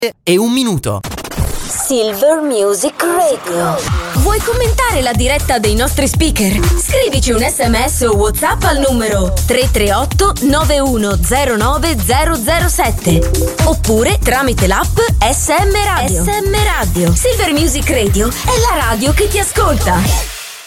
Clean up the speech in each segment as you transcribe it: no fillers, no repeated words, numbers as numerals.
e un minuto. Silver Music Radio. Vuoi commentare la diretta dei nostri speaker? Scrivici un SMS o WhatsApp al numero 338 9109007 oppure tramite l'app SM Radio. SM Radio. Silver Music Radio è la radio che ti ascolta.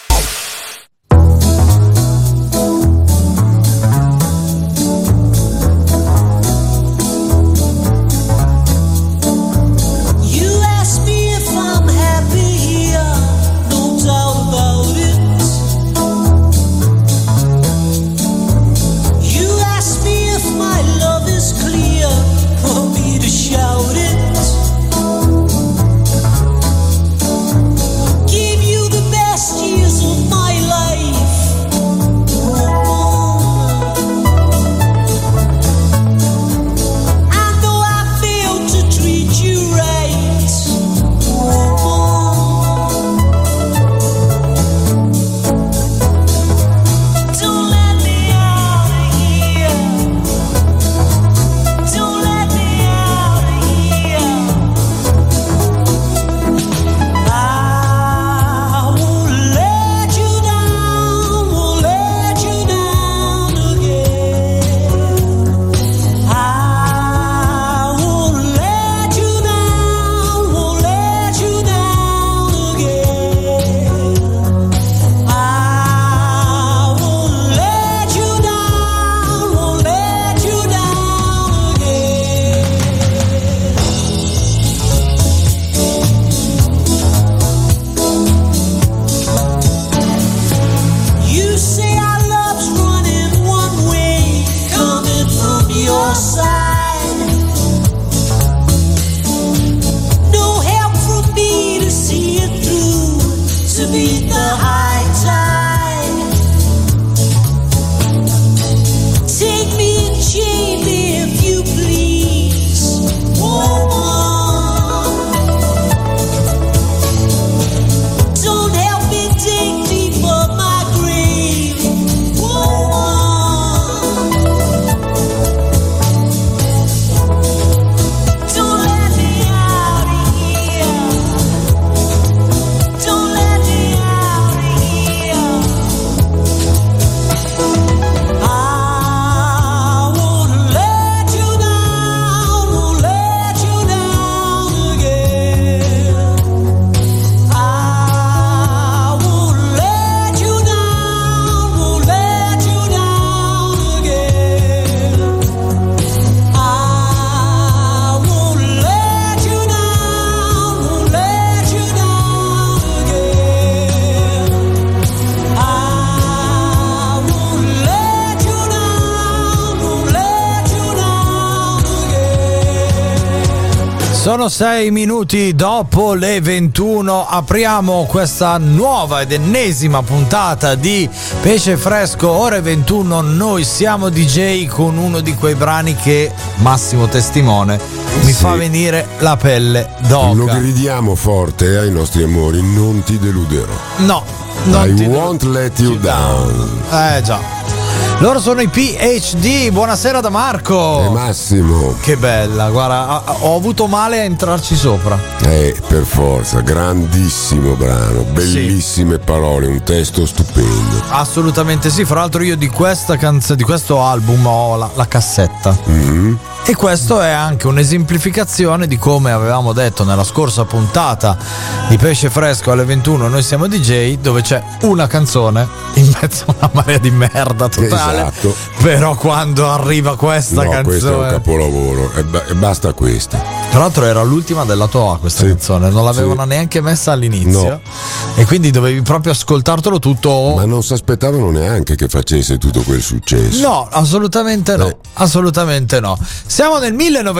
Sono 6 minuti dopo le 21, apriamo questa nuova ed ennesima puntata di Pesce Fresco, ore 21, noi siamo DJ con uno di quei brani che, massimo testimone, mi fa venire la pelle d'oca. Lo gridiamo forte ai nostri amori, non ti deluderò. No, non I won't let you down. Già. Loro sono i PhD, buonasera da Marco. Massimo. Che bella, guarda, ho avuto male a entrarci sopra. Per forza, grandissimo brano, bellissime parole, un testo stupendo. Assolutamente sì, fra l'altro io di questa canzone, di questo album ho la cassetta. Mm-hmm. E questo è anche un'esemplificazione di come avevamo detto nella scorsa puntata di Pesce Fresco alle 21, noi siamo DJ, dove c'è una canzone in mezzo a una marea di merda totale. Esatto. Però quando arriva questa canzone, questo è un capolavoro e basta questa. Tra l'altro era l'ultima della tua questa canzone, non l'avevano neanche messa all'inizio, no. E quindi dovevi proprio ascoltartelo tutto. Ma non si aspettavano neanche che facesse tutto quel successo. No, assolutamente no, assolutamente no. Siamo nel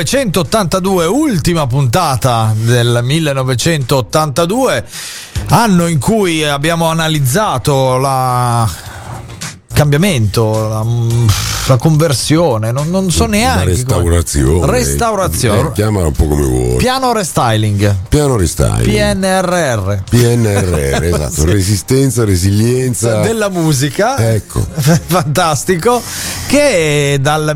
1982, ultima puntata del 1982, anno in cui abbiamo analizzato cambiamento, la conversione, non so neanche. Restaurazione. Chiamala un po' come vuoi. Piano restyling. PNRR. Esatto. Sì. Resistenza, resilienza della musica. Ecco. Fantastico. Che dal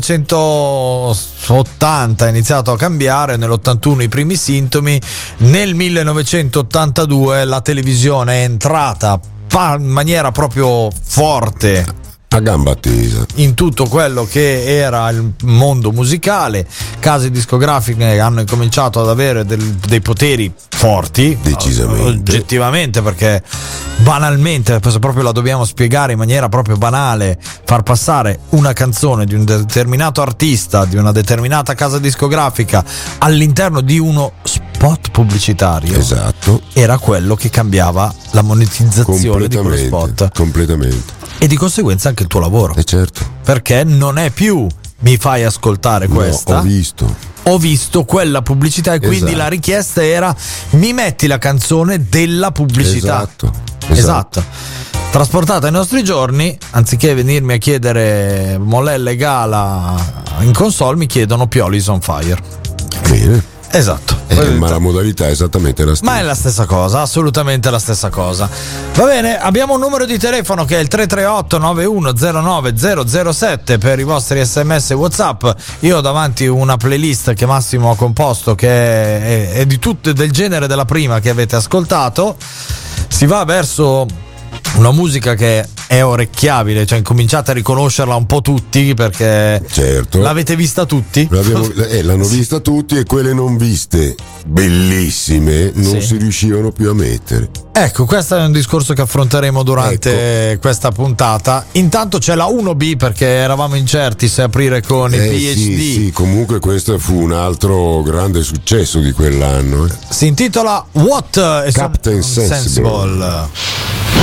1980 ha iniziato a cambiare, nell'81 i primi sintomi, nel 1982 la televisione è entrata in maniera proprio forte, a gamba tesa, in tutto quello che era il mondo musicale. Case discografiche hanno incominciato ad avere dei poteri forti, decisamente, oggettivamente, perché banalmente, se proprio la dobbiamo spiegare in maniera proprio banale, far passare una canzone di un determinato artista, di una determinata casa discografica all'interno di uno spot pubblicitario, esatto, era quello che cambiava la monetizzazione di quello spot completamente, e di conseguenza anche il tuo lavoro. Certo. Perché non è più mi fai ascoltare questa, ho visto quella pubblicità, e quindi la richiesta era mi metti la canzone della pubblicità. Esatto. Trasportata ai nostri giorni, anziché venirmi a chiedere Molelle Gala in console, mi chiedono Pioli is on fire. Bene. Esatto. Ma la modalità è esattamente la stessa. Ma è la stessa cosa, assolutamente la stessa cosa. Va bene, abbiamo un numero di telefono che è il 338 9109 007 per i vostri SMS e WhatsApp. Io ho davanti una playlist che Massimo ha composto, che è di tutto del genere della prima che avete ascoltato. Si va verso una musica che è orecchiabile, cioè incominciate a riconoscerla un po' tutti, perché certo, l'avete vista tutti? L'hanno vista tutti, e quelle non viste, bellissime, non si riuscivano più a mettere. Ecco, questo è un discorso che affronteremo durante questa puntata. Intanto c'è la 1B, perché eravamo incerti se aprire con il PhD. Sì, comunque questo fu un altro grande successo di quell'anno. Si intitola What? Captain Sensible.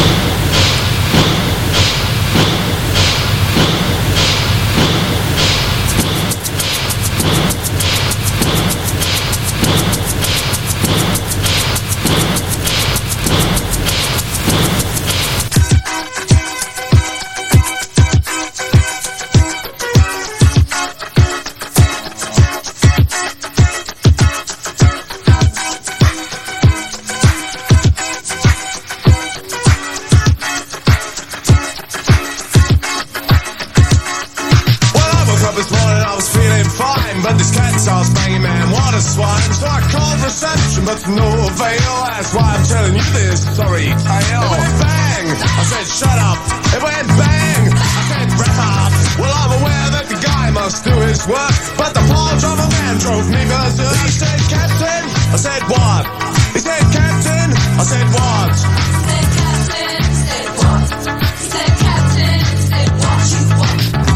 But no avail, that's why I'm telling you this sorry tale. It went bang, I said shut up. It went bang, I said wrap up. Well, I'm aware that the guy must do his work, but the poor drummer man drove me berserk. He said, Captain, I said what? He said, Captain, I said what? He said, Captain, said what? He said, Captain, said what you want.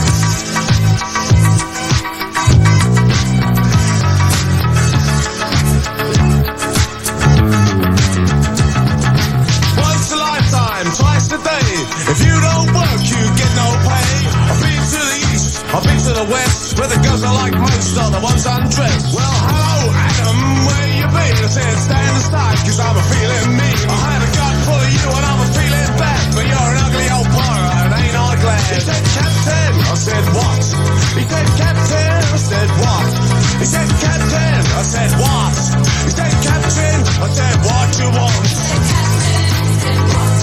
Twice a day. If you don't work, you get no pay. I've been to the east, I've been to the west, where the girls are like most are the ones undressed. Well, hello, Adam, where you been? I said, stand aside, cause I'm a feeling mean. I had a gut full of you and I'm a feeling bad, but you're an ugly old pirate, and ain't I glad? He said, Captain, I said, what? He said, Captain, I said, what? He said, Captain, I said, what? He said, Captain, I said, what you want? He said, Captain, I said, what?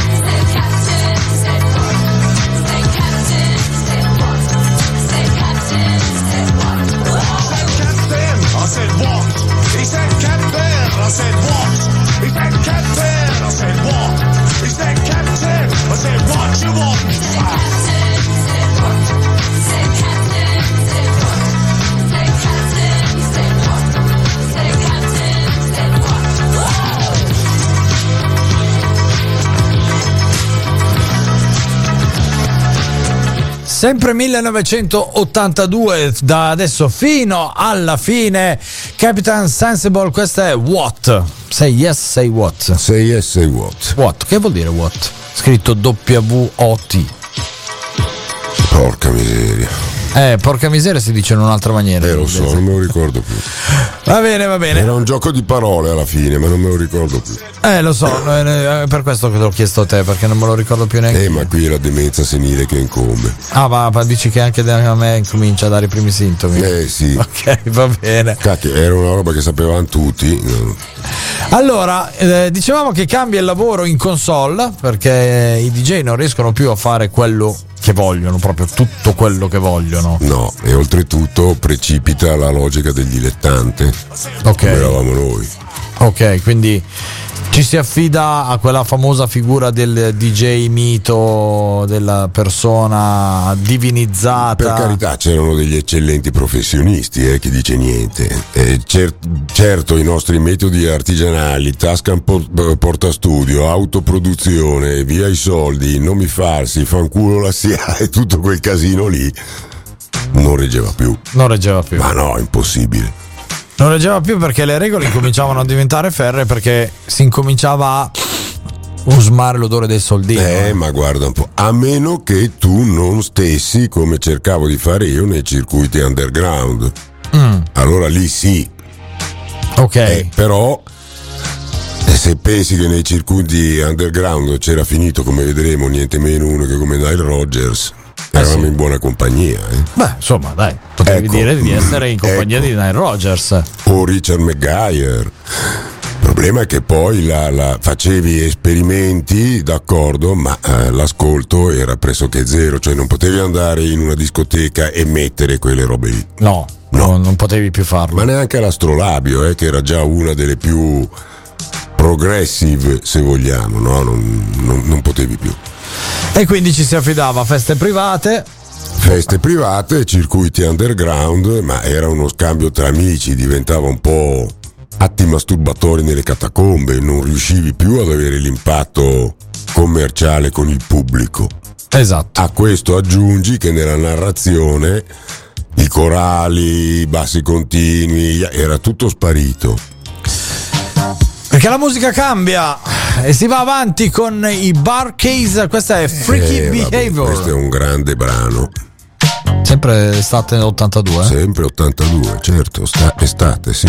I said what? He said Captain. I said what? He said Captain. I said what? He said Captain. I said what you want? He said Captain. Said what? He said Captain. Said what? He said Captain. Said what? He said Captain. Said what? Sempre 1982, da adesso fino alla fine, Captain Sensible, questa è What? Say yes, say what? Say yes, say what? What? Che vuol dire what? Scritto W-O-T. Porca miseria. Porca miseria si dice in un'altra maniera. Lo so, non me lo ricordo più. Va bene. Era un gioco di parole alla fine, ma non me lo ricordo più. Lo so, per questo che te l'ho chiesto a te, perché non me lo ricordo più neanche. Ma qui è la demenza senile che incombe. Ma dici che anche a me comincia a dare i primi sintomi? Sì. Ok, va bene. Cacchio, era una roba che sapevano tutti. Allora, dicevamo che cambia il lavoro in console, perché i DJ non riescono più a fare quello che vogliono, proprio tutto quello che vogliono. No, e oltretutto precipita la logica del dilettante. Ok. Come eravamo noi. Ok, quindi ci si affida a quella famosa figura del DJ mito, della persona divinizzata. Per carità, c'erano degli eccellenti professionisti, chi dice niente. Certo, i nostri metodi artigianali, Tascam portastudio, autoproduzione, via i soldi, non mi farsi, fanculo la SIA e tutto quel casino lì non reggeva più. Ma no, impossibile. Non reggeva più perché le regole incominciavano a diventare ferree, perché si incominciava a usmare l'odore del soldino. Ma guarda un po', a meno che tu non stessi, come cercavo di fare io, nei circuiti underground. Allora lì sì. Ok. Però se pensi che nei circuiti underground c'era finito, come vedremo, niente meno uno che come Nile Rodgers, eravamo in buona compagnia. Beh, insomma, dai, potevi dire di essere in compagnia di Nile Rodgers. O Richard Maguire. Il problema è che poi facevi esperimenti, d'accordo, ma l'ascolto era pressoché zero, cioè non potevi andare in una discoteca e mettere quelle robe lì. No, non potevi più farlo. Ma neanche l'Astrolabio, che era già una delle più progressive, se vogliamo, no? Non potevi più. E quindi ci si affidava a feste private, circuiti underground, ma era uno scambio tra amici, diventava un po' atti masturbatori nelle catacombe, non riuscivi più ad avere l'impatto commerciale con il pubblico. Esatto. A questo aggiungi che nella narrazione i corali, i bassi continui, era tutto sparito. Perché la musica cambia e si va avanti con i Bar-Kays. Questa è Freaky Behavior. Questo è un grande brano. Sempre estate 82? Sempre 82, certo, estate, sì.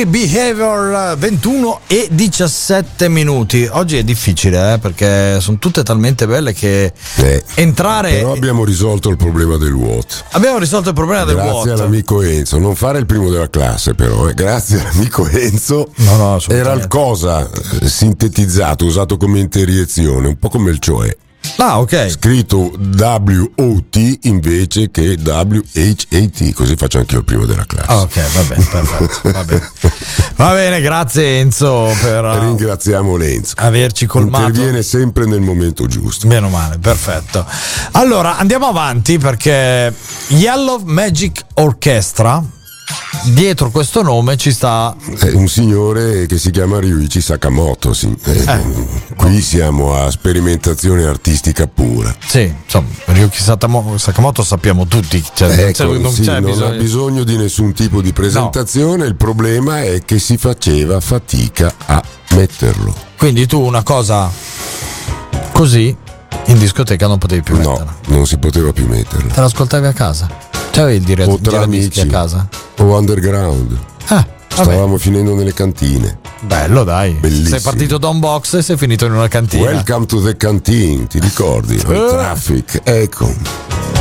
Risky Behavior, 21 e 17 minuti. Oggi è difficile perché sono tutte talmente belle che entrare. Però abbiamo risolto il problema del what. Abbiamo risolto il problema del what. Grazie all'amico Enzo. Non fare il primo della classe, però. Grazie all'amico Enzo. No, era il cosa sintetizzato, usato come interiezione, un po' come il cioè. Ah, ok. Scritto WOT invece che WHAT, così faccio anche io il primo della classe. Ok, va bene, perfetto. Va bene, grazie Enzo per ringraziamo Lenzo. Averci colmato. Interviene sempre nel momento giusto. Meno male, perfetto. Allora, andiamo avanti perché Yellow Magic Orchestra, dietro questo nome ci sta un signore che si chiama Ryuichi Sakamoto. Sì. Qui siamo a sperimentazione artistica pura. Sì, insomma, Ryuichi Sakamoto sappiamo tutti, non ha bisogno di nessun tipo di presentazione. No. Il problema è che si faceva fatica a metterlo. Quindi tu una cosa così in discoteca non potevi più metterla? No, non si poteva più metterla. Te l'ascoltavi a casa? C'avevi il giradischi a casa? O underground. Stavamo finendo nelle cantine. Bello, dai. Bellissimo. Sei partito da un box e sei finito in una cantina. Welcome to the canteen, ti ricordi? Il traffic, ecco.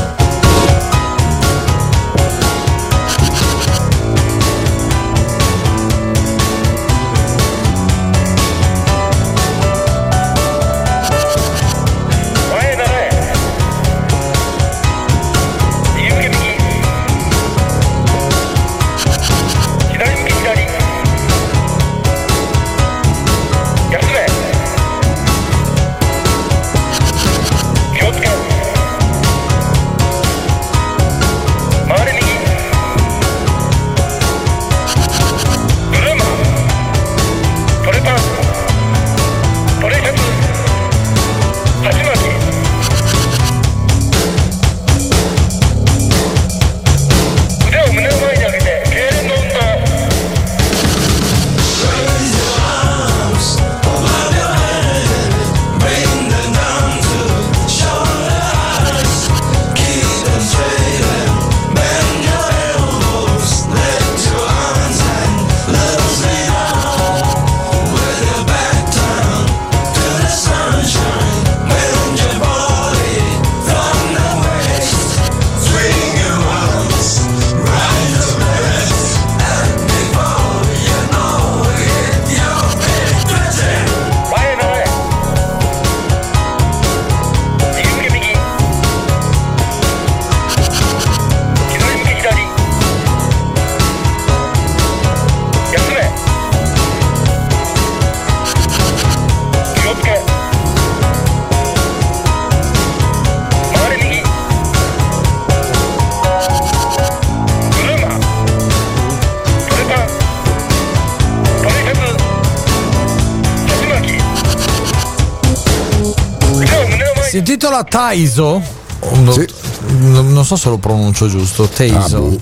Si intitola Taiso. Sì. Non so se lo pronuncio giusto. Taiso.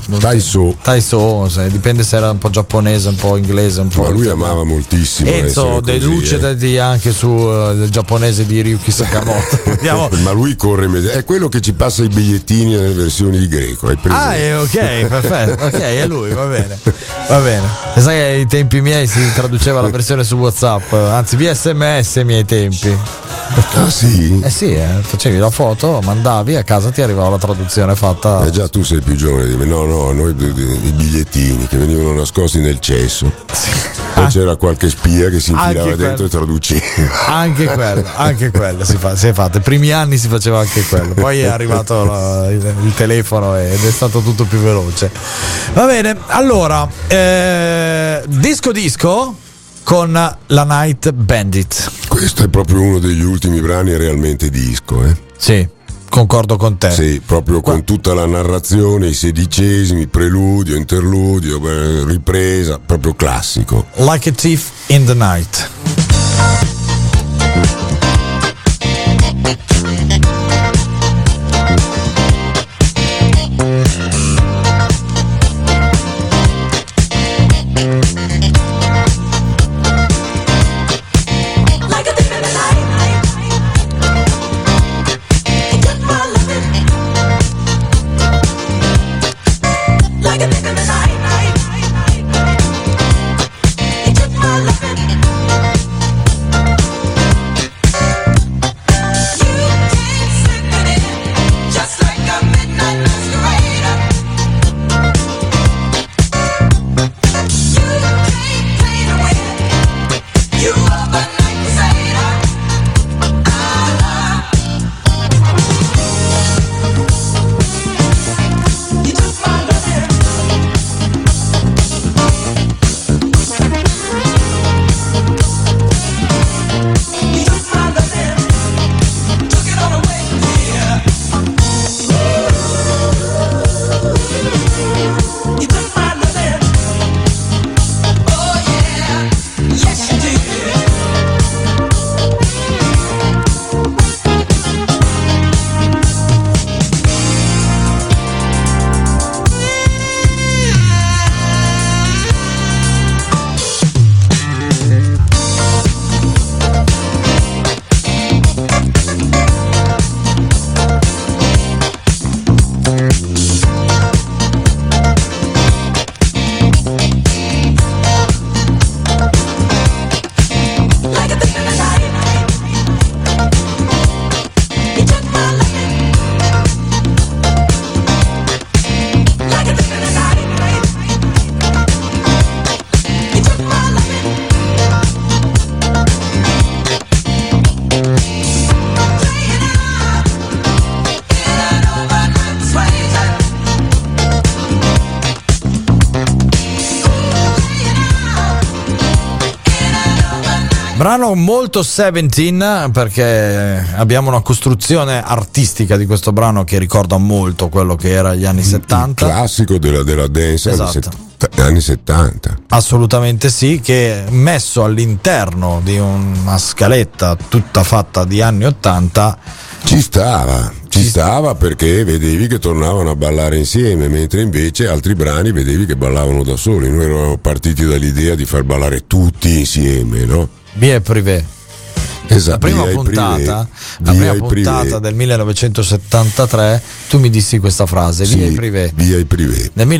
Taiso, dipende se era un po' giapponese, un po' inglese, un po'. Ma lui amava moltissimo. Enzo, deduciti anche su del giapponese di Ryuichi Sakamoto. Ma lui corre, è quello che ci passa i bigliettini nelle versioni di greco. Ok, perfetto. Ok, è lui, va bene. Va bene. Sai che ai tempi miei si traduceva la versione su WhatsApp, anzi via SMS ai miei tempi. Ah sì? Sì, facevi la foto, mandavi, a casa ti arrivava la traduzione fatta. Già tu sei più giovane di me. No, noi i bigliettini che venivano nascosti nel cesso. Sì. Poi c'era qualche spia che si infilava dentro e traduceva. Anche quello si è fatto. I primi anni si faceva anche quello. Poi è arrivato il telefono ed è stato tutto più veloce. Va bene, allora disco con la Night Bandit. Questo è proprio uno degli ultimi brani realmente disco, Sì, concordo con te. Sì, proprio con tutta la narrazione, i sedicesimi, preludio, interludio, ripresa, proprio classico. Like a Thief in the Night. Brano molto 17, perché abbiamo una costruzione artistica di questo brano che ricorda molto quello che era gli anni 70. Il classico della dance, esatto. Anni 70. Assolutamente sì, che messo all'interno di una scaletta tutta fatta di anni 80 ci stava perché vedevi che tornavano a ballare insieme, mentre invece altri brani vedevi che ballavano da soli. Noi eravamo partiti dall'idea di far ballare tutti insieme, no? Via e Privé. Esatto, La prima puntata del 1973 tu mi dissi questa frase, sì, Via e Privé. Via e Privé. Nel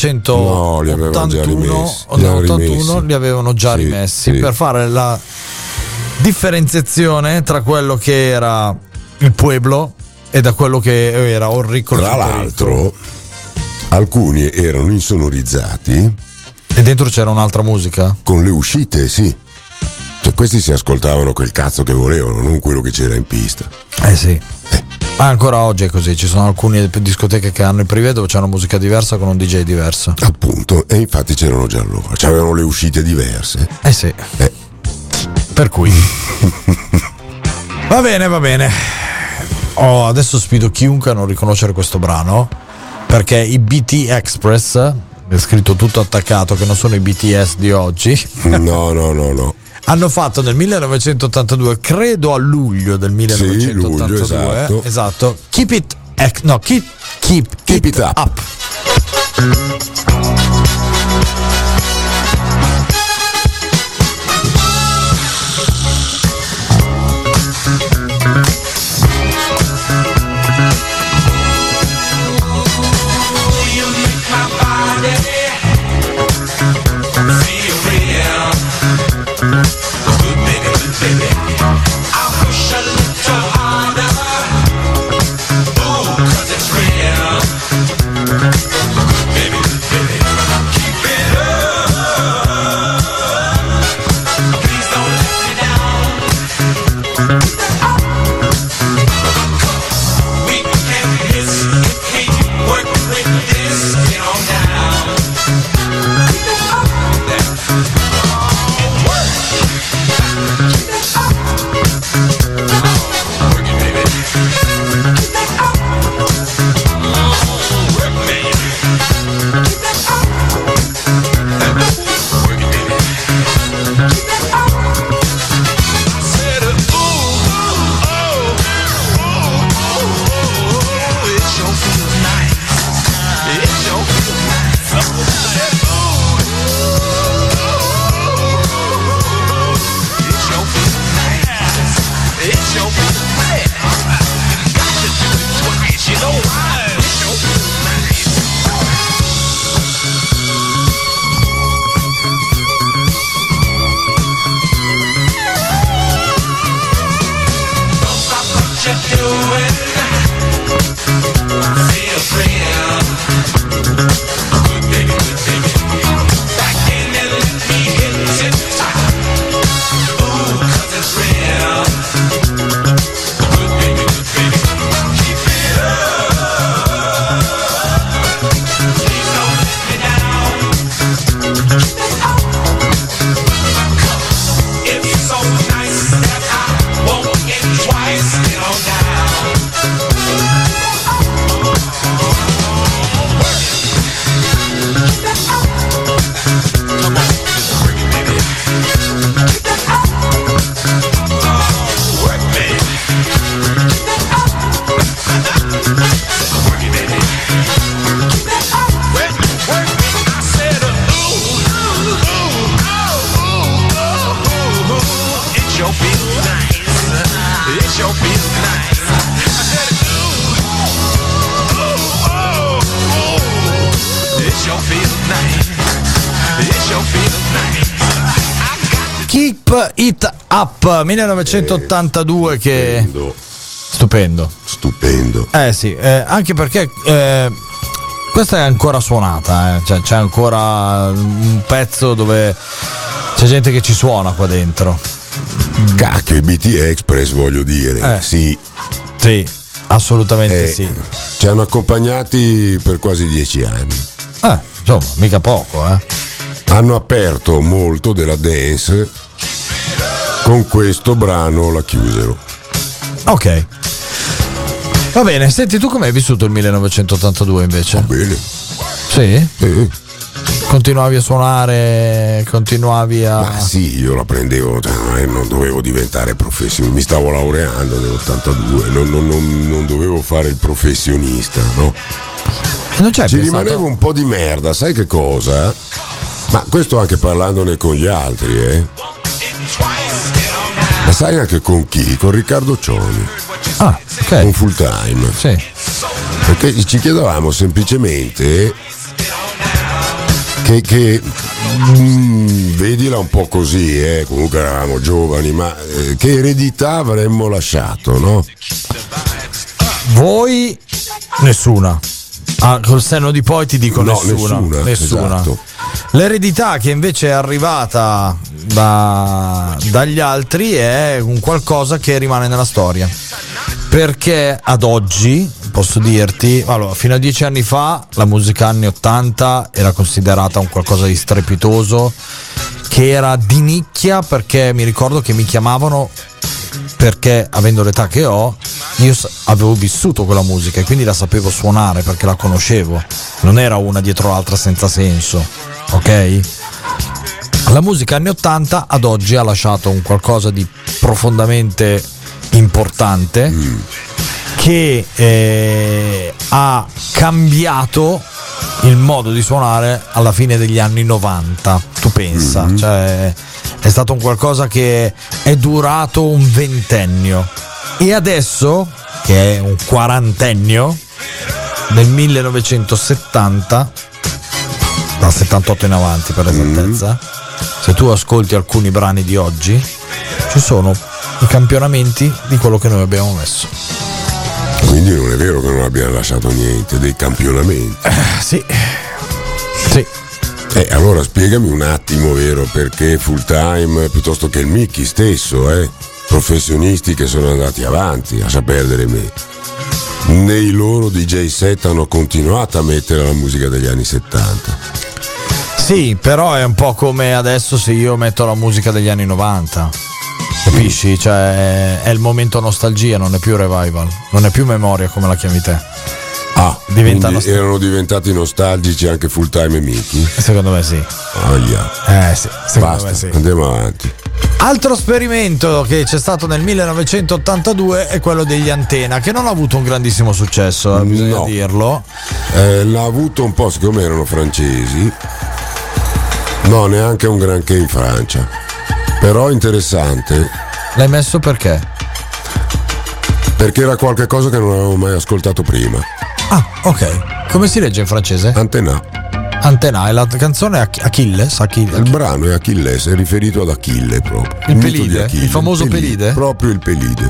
1981 li avevano già rimessi per fare la differenziazione tra quello che era il Pueblo e da quello che era Orrico. Tra l'altro alcuni erano insonorizzati e dentro c'era un'altra musica con le uscite, sì. Cioè questi si ascoltavano quel cazzo che volevano, non quello che c'era in pista. Sì. Ma ancora oggi è così, ci sono alcune discoteche che hanno il privé dove c'è una musica diversa con un DJ diverso. Appunto, e infatti c'erano già allora, c'avevano le uscite diverse. Sì. Per cui va bene. Adesso sfido chiunque a non riconoscere questo brano, perché i BT Express, è scritto tutto attaccato, che non sono i BTS di oggi. No. Hanno fatto nel 1982, credo a luglio del 1982, sì, luglio, esatto. Keep It Up. Keep It Up 1982 che stupendo. Sì, anche perché questa è ancora suonata, cioè, c'è ancora un pezzo dove c'è gente che ci suona qua dentro. Cacchio, i BT Express, voglio dire. Sì, assolutamente sì. Ci hanno accompagnati per quasi 10 anni. Insomma, mica poco, Hanno aperto molto della dance con questo brano la chiusero. Ok. Va bene, senti, tu come hai vissuto il 1982 invece? Va bene. Sì? Continuavi a suonare, continuavi a... Ma sì, io la prendevo, non dovevo diventare professionista, mi stavo laureando nell'82, non dovevo fare il professionista, no? Non c'è Ci pensato? rimanevo un po' di merda, sai che cosa? Ma questo anche parlandone con gli altri, Ma sai anche con chi? Con Riccardo Cioni. Ah, ok. Con Full Time. Sì. Perché ci chiedevamo semplicemente che vedila un po' così, comunque eravamo giovani, ma che eredità avremmo lasciato, no? Voi nessuna. Col senno di poi ti dico No, nessuna. esatto. L'eredità che invece è arrivata dagli altri è un qualcosa che rimane nella storia. Perché ad oggi posso dirti, allora, fino a 10 anni fa la musica anni 80 era considerata un qualcosa di strepitoso, che era di nicchia, perché mi ricordo che mi chiamavano perché, avendo l'età che ho, io avevo vissuto quella musica e quindi la sapevo suonare perché la conoscevo, non era una dietro l'altra senza senso, ok? La musica anni 80 ad oggi ha lasciato un qualcosa di profondamente importante, che ha cambiato il modo di suonare alla fine degli anni 90. Tu pensa, cioè è stato un qualcosa che è durato un ventennio e adesso, che è un quarantennio, nel 1970, dal 78 in avanti per esattezza, se tu ascolti alcuni brani di oggi ci sono i campionamenti di quello che noi abbiamo messo. Quindi non è vero che non abbiamo lasciato niente, dei campionamenti. Sì. Allora spiegami un attimo, vero, perché Full Time piuttosto che il Mickey stesso, professionisti che sono andati avanti, lascia perdere me. Nei loro DJ set hanno continuato a mettere la musica degli anni 70. Sì, però è un po' come adesso se io metto la musica degli anni 90. Capisci? Cioè è il momento nostalgia, non è più revival, non è più memoria come la chiami te. Diventa erano diventati nostalgici anche Full Time e Mickey? Secondo me sì. Sì, secondo me sì. Andiamo avanti. Altro esperimento che c'è stato nel 1982 è quello degli Antenna, che non ha avuto un grandissimo successo, bisogna dirlo. L'ha avuto un po', siccome erano francesi. No, neanche un granché in Francia. Però interessante. L'hai messo perché? Perché era qualche cosa che non avevo mai ascoltato prima. Ah, ok. Come si legge in francese? Antenna. Antenna, e la canzone è Achilles? Il brano è Achilles, è riferito ad Achille proprio. Il Pelide? Il famoso Pelide? Proprio il Pelide.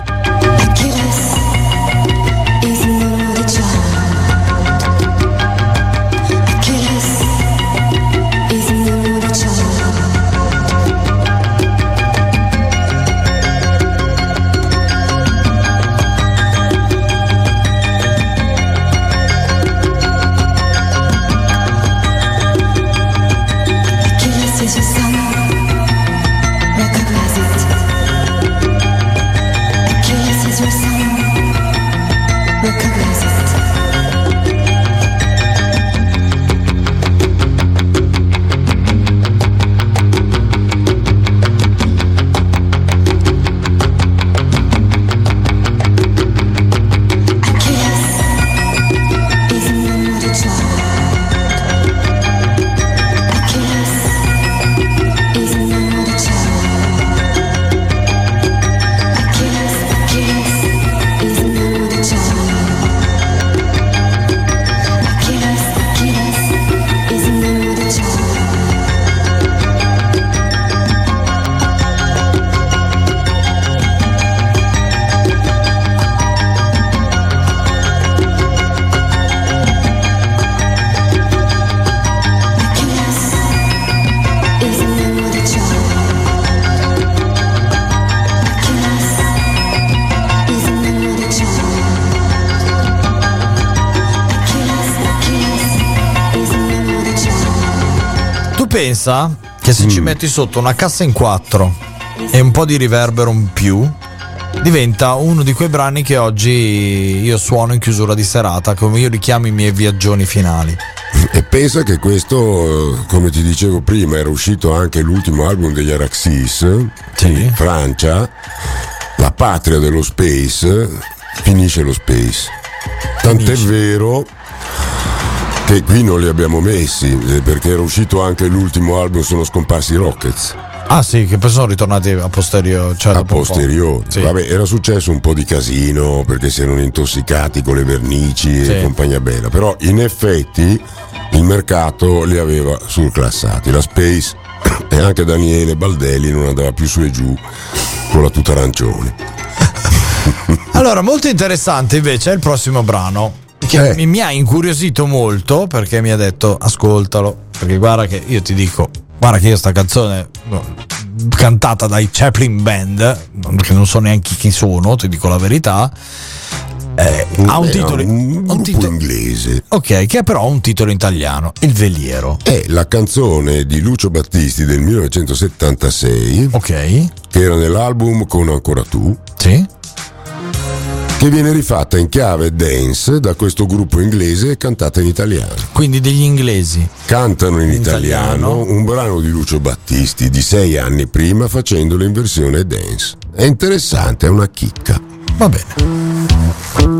Pensa che se ci metti sotto una cassa in 4 e un po' di riverbero in più, diventa uno di quei brani che oggi io suono in chiusura di serata, come io li chiamo i miei viaggioni finali. E pensa che questo, come ti dicevo prima, era uscito anche l'ultimo album degli Araxis, Sì. in Francia, la patria dello space, finisce lo space. Tant'è vero che qui non li abbiamo messi, perché era uscito anche l'ultimo album, sono scomparsi i Rockets. Ah sì, che poi sono ritornati a posteriori. Cioè A dopo un po'. posteriori. Sì. Vabbè, era successo un po' di casino perché si erano intossicati con le vernici Sì. e compagnia bella, però in effetti il mercato li aveva surclassati. La Space e anche Daniele Baldelli non andava più su e giù con la tuta arancione. Allora, molto interessante invece è il prossimo brano, che mi ha incuriosito molto, perché mi ha detto ascoltalo, perché guarda che io ti dico, guarda che io sta canzone cantata dai Chaplin Band, che non so neanche chi sono, ti dico la verità, ha un titolo un gruppo inglese. ok, che ha però un titolo in italiano, Il Veliero. È la canzone di Lucio Battisti del 1976, Ok, che era nell'album Con ancora tu, sì. che viene rifatta in chiave dance da questo gruppo inglese e cantata in italiano. Quindi degli inglesi. Cantano in italiano. italiano un brano di Lucio Battisti di 6 anni prima, facendolo in versione dance. È interessante, è una chicca. Va bene.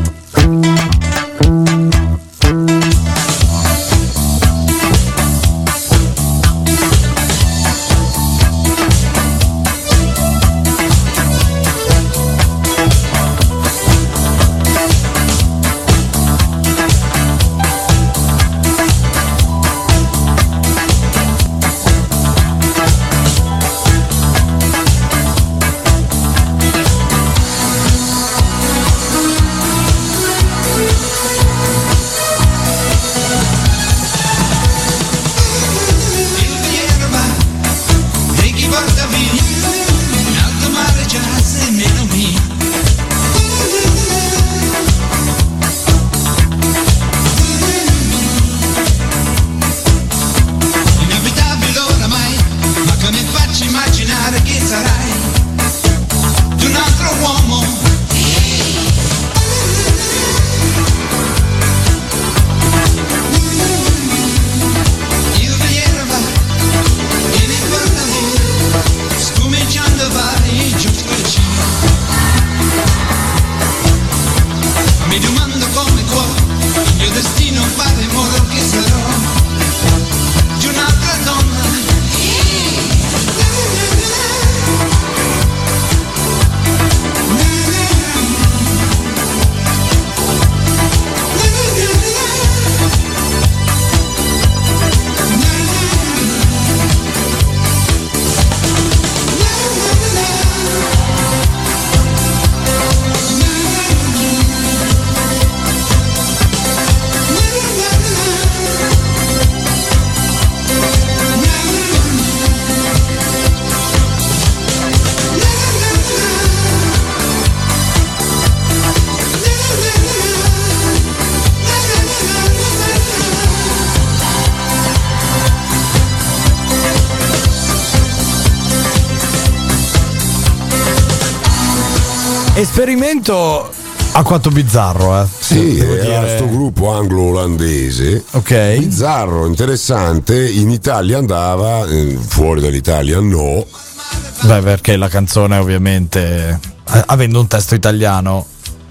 Esperimento alquanto bizzarro, Sì, devo era dire. sto gruppo anglo-olandese. Ok. Bizzarro, interessante. In Italia andava, fuori dall'Italia no. Beh, perché la canzone ovviamente, avendo un testo italiano,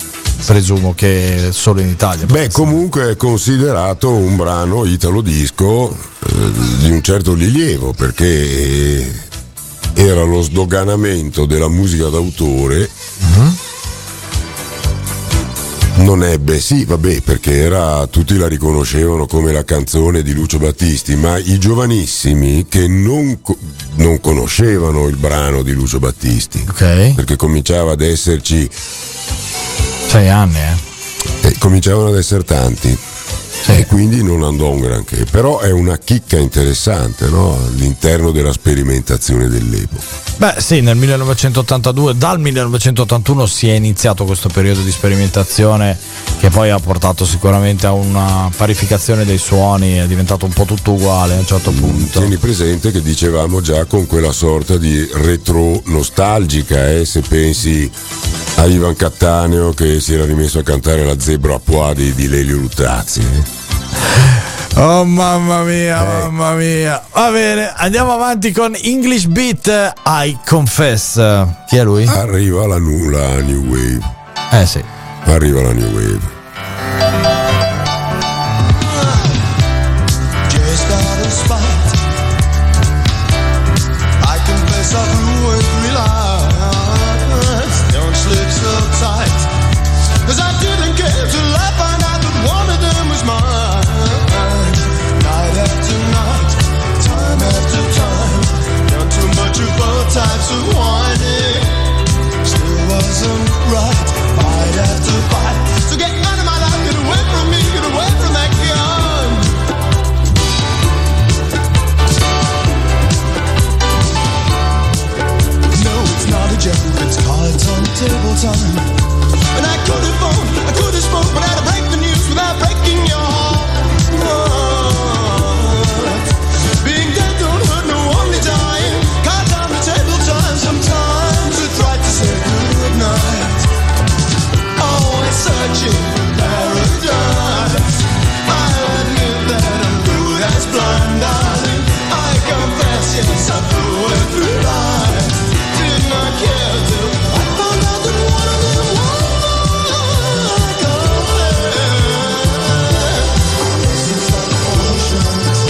presumo che solo in Italia. Beh, comunque è considerato un brano italo disco di un certo rilievo, perché era lo sdoganamento della musica d'autore. Non ebbe, sì, vabbè, perché tutti la riconoscevano come la canzone di Lucio Battisti, ma i giovanissimi che non conoscevano il brano di Lucio Battisti, Ok. perché cominciava ad esserci, 6 anni, cominciavano ad essere tanti. Sì. E quindi non andò un granché, però è una chicca interessante, no? All'interno della sperimentazione dell'epoca. Beh sì, nel 1982, dal 1981 si è iniziato questo periodo di sperimentazione che poi ha portato sicuramente a una parificazione dei suoni, è diventato un po' tutto uguale a un certo punto. Tieni presente che dicevamo già con quella sorta di retro nostalgica, se pensi a Ivan Cattaneo che si era rimesso a cantare la Zebra a Pois di Lelio Luttazzi. Oh mamma mia, mamma mia. Va bene, andiamo avanti con English Beat, I Confess. Chi è lui? Arriva la New Wave. Sì. Arriva la New Wave. Just out of spite, I confess I've ruined 3 lives. Don't slip so tight, 'cause I didn't care till I found out that one of them was mine. Night after night, time after time, done too much of both types of whining. Still wasn't right, fight after fight. So get out of my life, get away from me, get away from that gun. No, it's not a joke, it's cards on table time. And I could have phoned, I could have spoke, but I had to break the news without breaking your heart. Being dead don't hurt, no, only dying. Cards on the table time, sometimes it's right to say goodnight. Always searching for paradise. I admit that I'm good as blind, darling. I confess, yes, I blew it through life. Did not care till I found out that one of them was I confess. It's like oceans.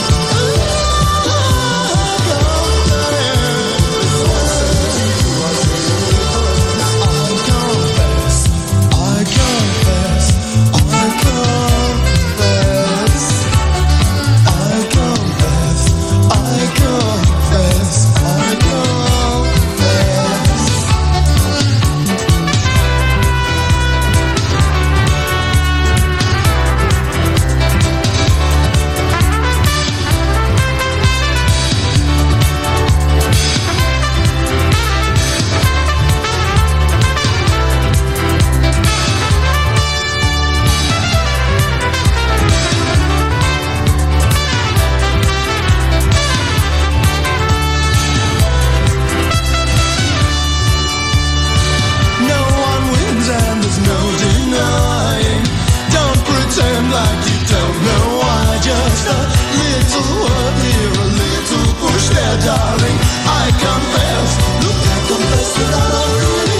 Darling, I confess, look, I confess that I don't really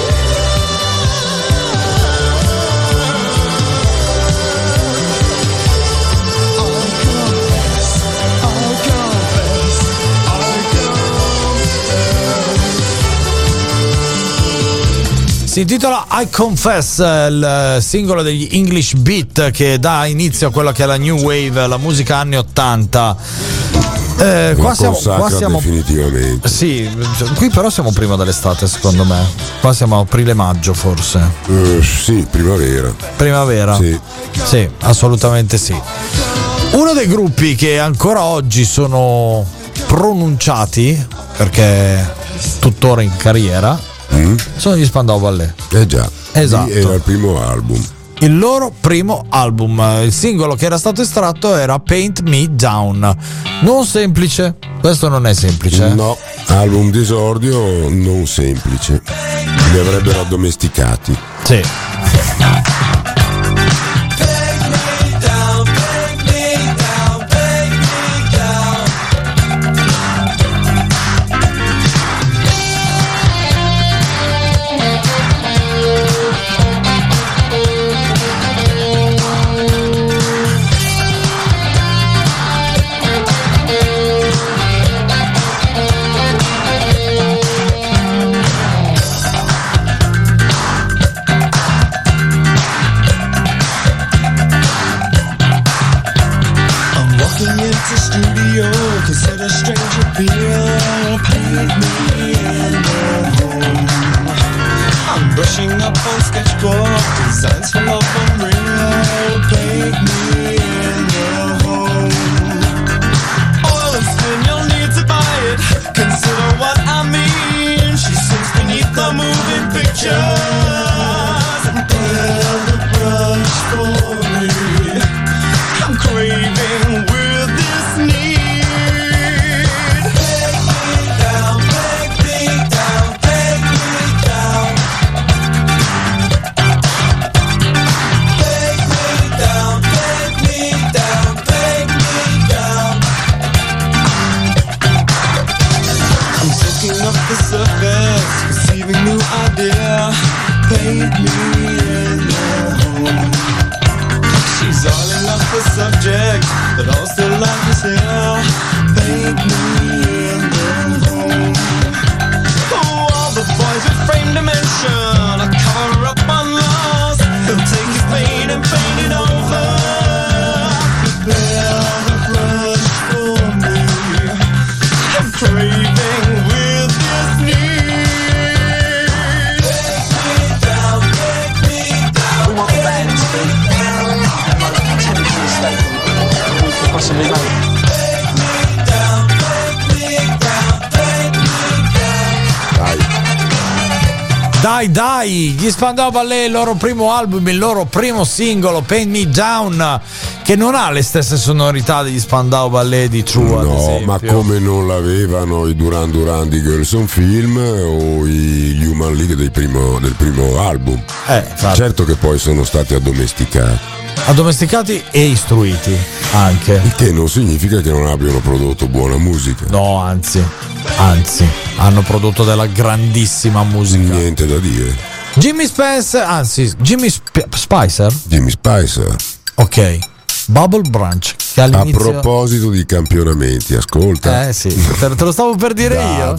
Si intitola I Confess, il singolo degli English Beat che dà inizio a quella che è la New Wave, la musica anni 80. Qua siamo definitivamente. Sì, qui però siamo prima dell'estate, secondo me. Qua siamo aprile-maggio forse. Sì, primavera. Sì, assolutamente sì. Uno dei gruppi che ancora oggi sono pronunciati, perché tuttora in carriera, sono gli Spandau Ballet. Già. Esatto. Era il primo album. Il loro primo album, il singolo che era stato estratto era Paint Me Down. Non semplice, questo non è semplice. No, album d'esordio non semplice. Li avrebbero addomesticati. Sì. Consider strange appeal, paint me in your home. I'm brushing up on sketchbook designs from love unreal, paint me in your home. Oil and spin, you'll need to buy it. Consider what I mean. Rolling up the surface, conceiving new idea. Paint me in your home. She's all in love with subject, but all still love is here. Paint me in your home. Oh, all the boys with frame dimension, I cover up on loss. He'll take his pain and paint it over. Prepare the brush for me. I'm craving with this need. Break me down, break me down. We want the band to be at my temperature state we could possibly make. Break me down, break me down, break me down. Dai, gli Spandau Ballet, il loro primo album, il loro primo singolo, Paint Me Down, che non ha le stesse sonorità degli Spandau Ballet di True, ad esempio. No, ma come non l'avevano i Duran Duran di Girls on Film o gli Human League del primo album. Certo che poi sono stati addomesticati e istruiti anche. Il che non significa che non abbiano prodotto buona musica. No, anzi, hanno prodotto della grandissima musica. Niente da dire. Jimmy Spicer. Jimmy Spicer. Ok. Bubble Branch, che all'inizio... A proposito di campionamenti, ascolta. Sì, te lo stavo per dire io.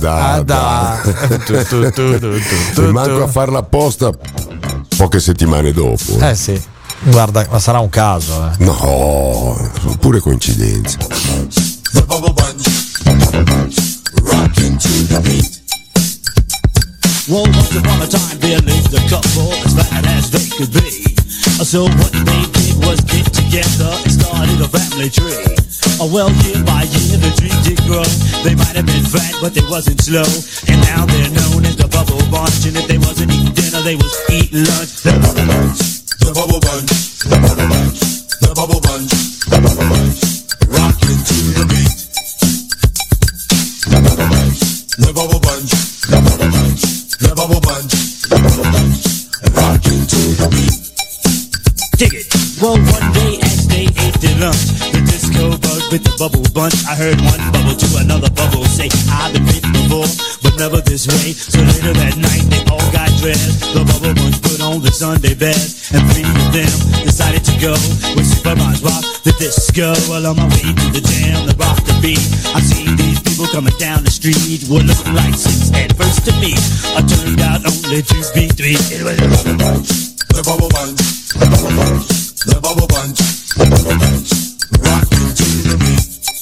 E manco a farla apposta poche settimane dopo. Sì. Guarda, ma sarà un caso. No, sono pure coincidenze. The Bubble Bunch, rockin' to the beat. Well, once upon a time there lived a couple as bad as they could be. So what they did was get together and started a family tree. Well, year by year the tree did grow. They might have been fat, but they wasn't slow. And now they're known as the Bubble Bunch. And if they wasn't eating dinner, they was eating lunch. The Bubble Bunch, the Bubble Bunch, the Bubble Bunch, the Bubble Bunch, the Bubble Bunch, rockin' to the beat. The Bubble Bunch, the Bubble Bunch, the Bubble Bunch, the Bubble Bunch, the Bubble Bunch, rockin' to the beat. Dig it. Well, one day as they ate their lunch, the disco bug with the Bubble Bunch. I heard one bubble to another bubble say, I've been bitten before, but never this way. So later that night they all got dressed. The Bubble Bunch put on the Sunday best, and three of them decided to go with Super Ron's Rock the Disco. Well, on my way to the jam, the rock the beat, I seen these people coming down the street, were looking like six at first to me. I turned out only to be three. It was the Bubble Bunch, the Bubble Bunch, the Bubble Bunch, the Bubble Bunch, the Bubble Bunch, rockin' to the beat.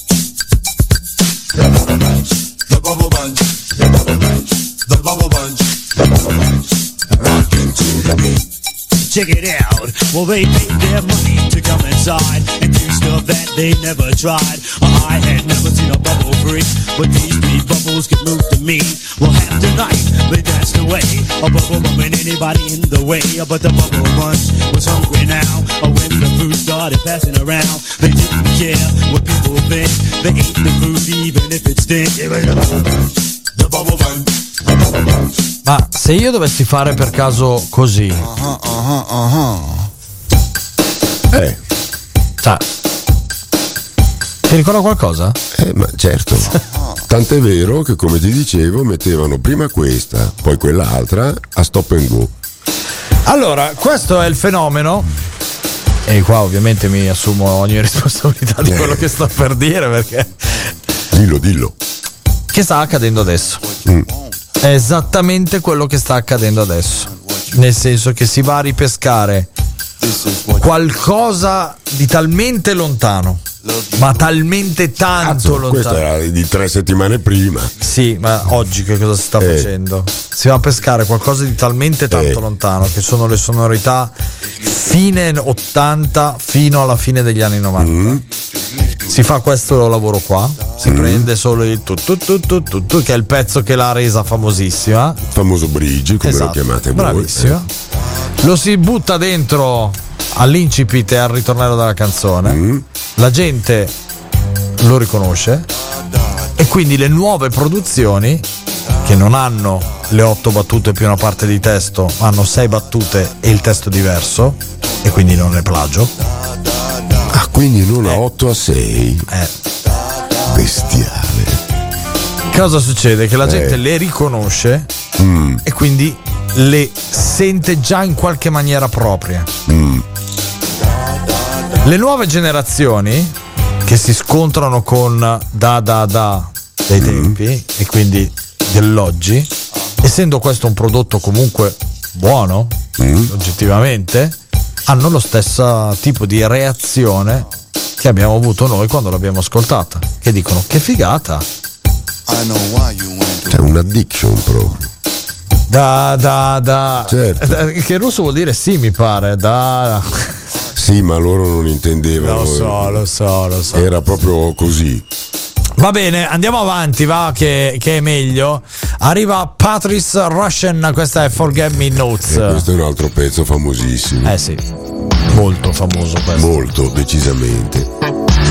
The Bubble Bunch, the Bubble Bunch, the Bubble Bunch, the Bubble Bunch, the Bubble Bunch, rockin' to the beat. Check it out. Well, they paid their money to come inside and do stuff that they never tried. I had never seen a bubble freak, but these three bubbles could move to me. Well, half the night they danced away, a bubble bumping anybody in the way. But the Bubble Bunch was hungry now. When the food started passing around, they didn't care what people think. They ate the food even if it stinks. It was the Bubble Bunch, the Bubble Bunch, the Bubble Bunch. Ma se io dovessi fare per caso così, cioè, ti ricorda qualcosa? Ma certo. Tant'è vero che, come ti dicevo, mettevano prima questa, poi quell'altra a stop and go. Allora, questo è il fenomeno, e qua ovviamente mi assumo ogni responsabilità di quello che sto per dire, perché Dillo. Che sta accadendo adesso. È esattamente quello che sta accadendo adesso, nel senso che si va a ripescare qualcosa di talmente lontano, ma talmente tanto lontano. Questo era di 3 settimane prima. Sì, ma oggi che cosa si sta facendo? Si va a pescare qualcosa di talmente tanto lontano, che sono le sonorità fine 80 fino alla fine degli anni 90. Si fa questo lavoro qua, si prende solo il tu, che è il pezzo che l'ha resa famosissima, il famoso bridge, come lo chiamate voi. Bravissimo. Lo si butta dentro all'incipit e al ritornello della canzone. La gente lo riconosce, e quindi le nuove produzioni, che non hanno le 8 battute più una parte di testo, ma hanno 6 battute e il testo diverso, e quindi non è plagio. Ah, quindi non a 8 a 6. Bestiale. Cosa succede? Che la gente le riconosce e quindi le sente già in qualche maniera propria. Le nuove generazioni che si scontrano con dei tempi e quindi dell'oggi, essendo questo un prodotto comunque buono, oggettivamente, hanno lo stesso tipo di reazione che abbiamo avuto noi quando l'abbiamo ascoltata, che dicono che figata. C'è un'addiction proprio. Certo. Che in russo vuol dire sì, mi pare. Sì, ma loro non intendevano. Lo so. Era proprio così. Va bene, andiamo avanti, va, che è meglio. Arriva Patrice Rushen, questa è Forget Me Notes. E questo è un altro pezzo famosissimo. Sì, molto famoso questo. Molto, decisamente.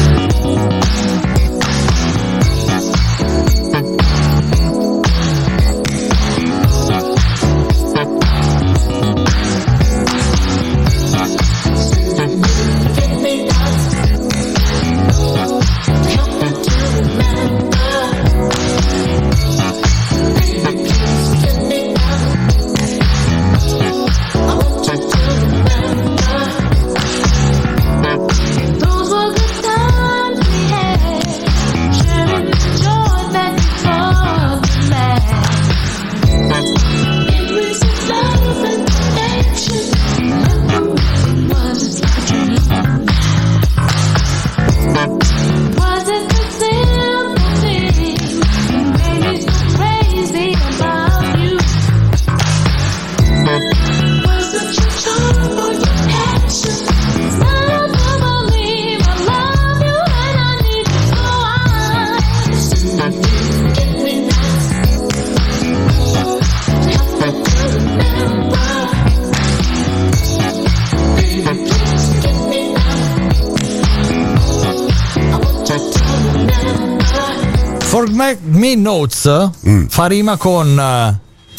Forget Me Notes fa rima con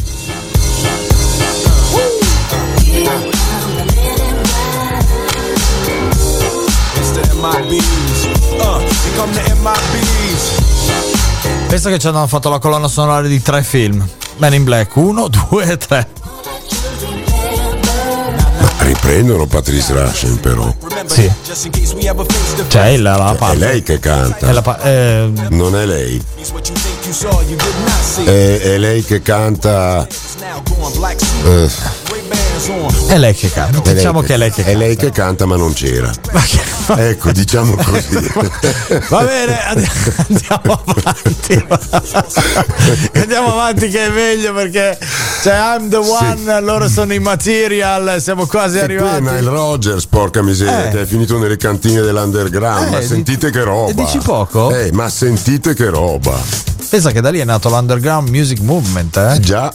pensa che ci hanno fatto la colonna sonora di 3 film: Men in Black 1, 2 e 3. Riprendono Patrice Rushen, però. Sì. Cioè la parte. È lei che canta. Non è lei. È lei che canta. È lei che canta. Diciamo che è lei che canta. È lei che canta, ma non c'era. Ecco, diciamo così. Va bene, andiamo avanti. Andiamo avanti che è meglio, perché I'm the one, sì. Loro sono i Material, siamo quasi arrivati. Ma il Rogers, porca miseria, che è finito nelle cantine dell'underground. Ma sentite che roba. E dici poco? Ma sentite che roba. Pensa che da lì è nato l'Underground Music Movement, Già.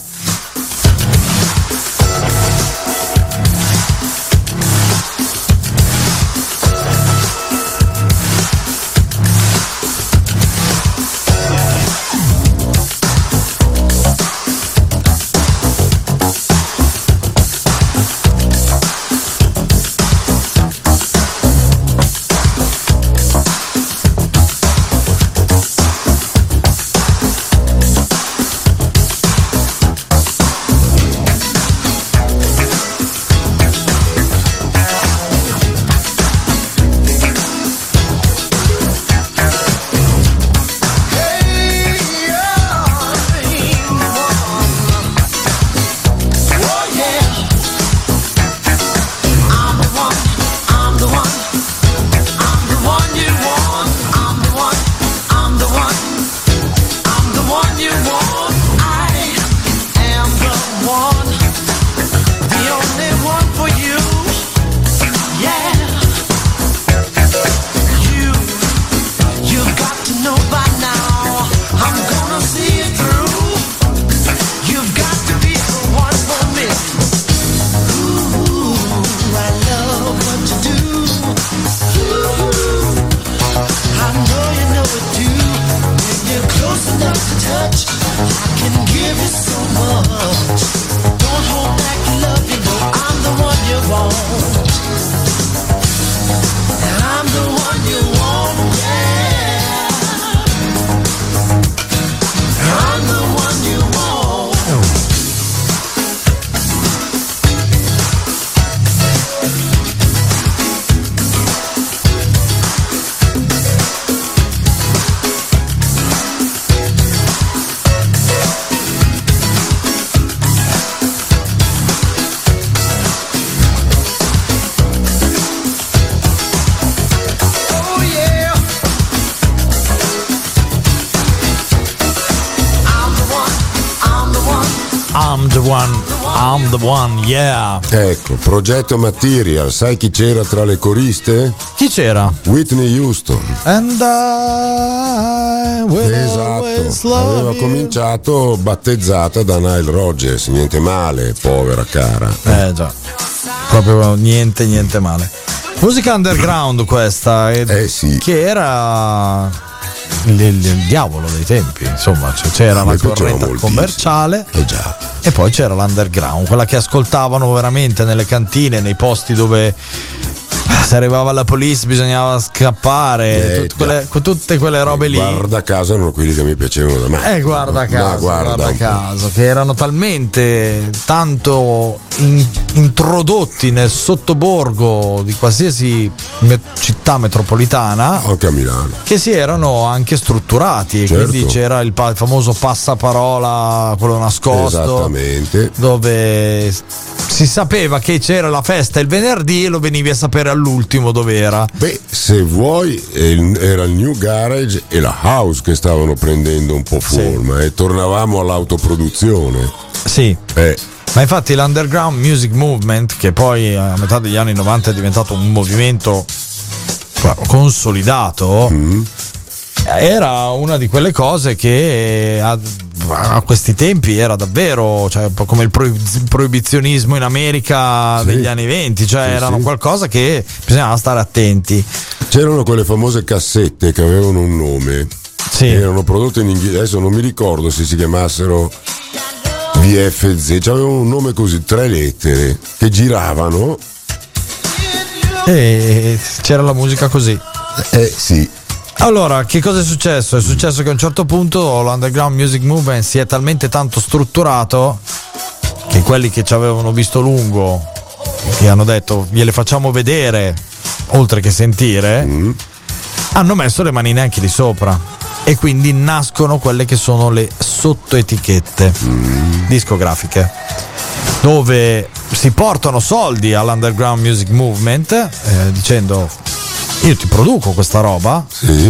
I'm the one, yeah. Ecco, Progetto Material, sai chi c'era tra le coriste? Chi c'era? Whitney Houston. And I will always Esatto, love aveva you. cominciato battezzata da Nile Rodgers, niente male, povera cara. Già, proprio niente male. Musica underground questa, Sì. che era il diavolo dei tempi, insomma, c'era Mi la piaceva corrente moltissimo. commerciale Già. e poi c'era l'underground, quella che ascoltavano veramente nelle cantine, nei posti dove se arrivava la police bisognava scappare, tutte quelle robe lì. Guarda caso erano quelli che mi piacevano da me. Guarda caso, guarda un po'. caso, che erano talmente tanto introdotti nel sottoborgo di qualsiasi città metropolitana, Anche a Milano. che si erano anche strutturati, e Certo. quindi c'era il famoso passaparola, quello nascosto, Esattamente. dove si sapeva che c'era la festa il venerdì e lo venivi a sapere all'ultimo dove era. Beh, se vuoi, era il New Garage e la House che stavano prendendo un po' forma e tornavamo all'autoproduzione. Sì. Ma infatti l'Underground Music Movement, che poi a metà degli anni 90 è diventato un movimento consolidato, era una di quelle cose che a questi tempi era davvero, cioè, un po' come il proibizionismo in America degli anni 20, cioè erano qualcosa che bisognava stare attenti. C'erano quelle famose cassette che avevano un nome. Sì. Erano prodotte in inglese, adesso non mi ricordo se si chiamassero VFZ, avevano un nome così, 3 lettere, che giravano. E c'era la musica così. Sì. Allora, che cosa è successo? È successo che a un certo punto l'Underground Music Movement si è talmente tanto strutturato che quelli che ci avevano visto lungo, che hanno detto gliele facciamo vedere oltre che sentire, hanno messo le manine anche di sopra, e quindi nascono quelle che sono le sottoetichette discografiche, dove si portano soldi all'Underground Music Movement dicendo: io ti produco questa roba,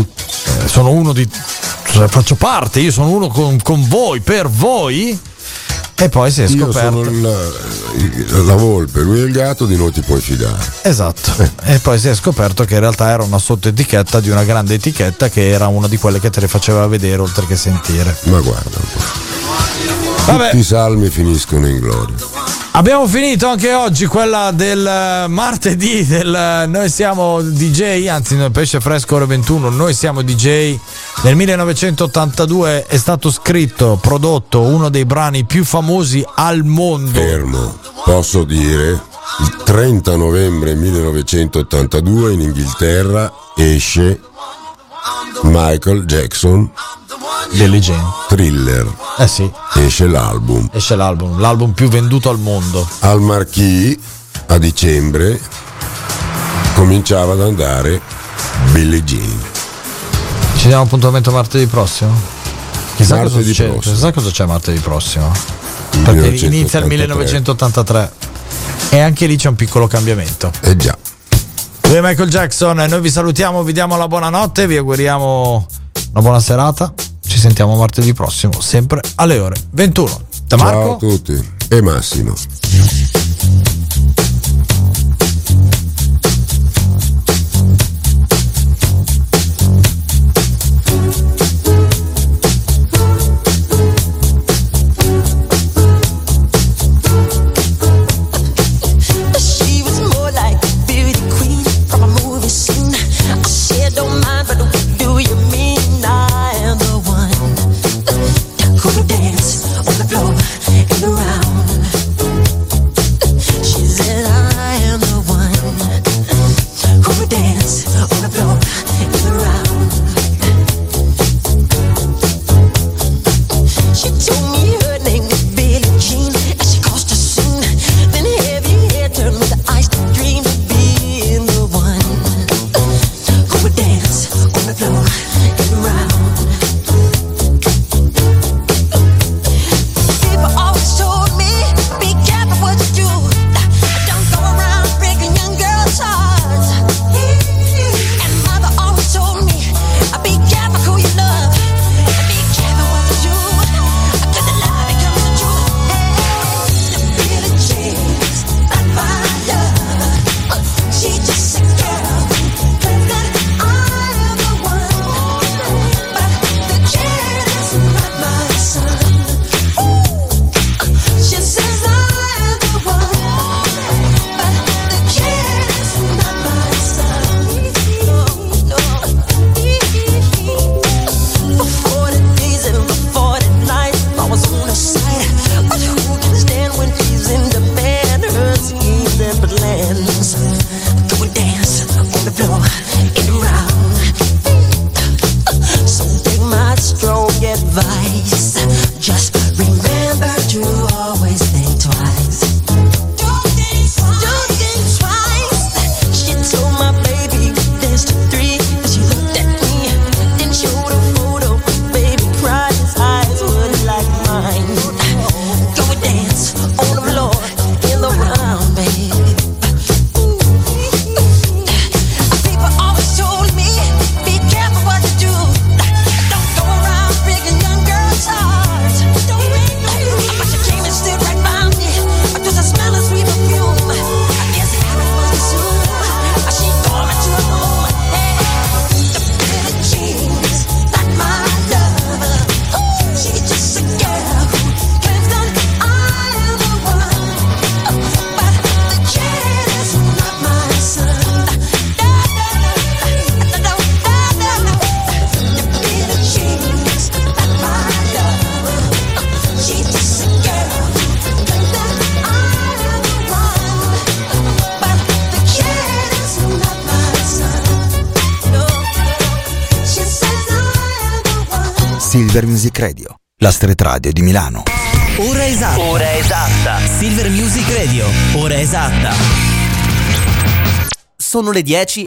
sono uno faccio parte, io sono uno con voi, per voi, e poi si è scoperto. Io sono la volpe, lui è il gatto, di noi ti puoi fidare. Esatto. E poi si è scoperto che in realtà era una sottoetichetta di una grande etichetta, che era una di quelle che te le faceva vedere oltre che sentire. Ma guarda un po'. Vabbè. Tutti i salmi finiscono in gloria. Abbiamo finito anche oggi quella del martedì del Noi siamo DJ, anzi nel Pesce Fresco ore 21, Noi siamo DJ. Nel 1982 è stato scritto, prodotto uno dei brani più famosi al mondo. Fermo, posso dire, il 30 novembre 1982 in Inghilterra esce Michael Jackson, Billie Jean. Thriller. Sì. Esce l'album. Esce l'album più venduto al mondo. Al Marquis a dicembre cominciava ad andare Billie Jean. Ci diamo appuntamento martedì prossimo? Chissà cosa Martedì succede. prossimo. Chissà cosa c'è martedì prossimo. Perché inizia il 1983 e anche lì c'è un piccolo cambiamento. Già. Lui è Michael Jackson, noi vi salutiamo, vi diamo la buonanotte, vi auguriamo una buona serata. Ci sentiamo martedì prossimo, sempre alle ore 21. Da Marco. Ciao a tutti e Massimo. Dance on the floor and around. Silver Music Radio, la street radio di Milano. Ora esatta. Silver Music Radio, ora esatta. Sono le 10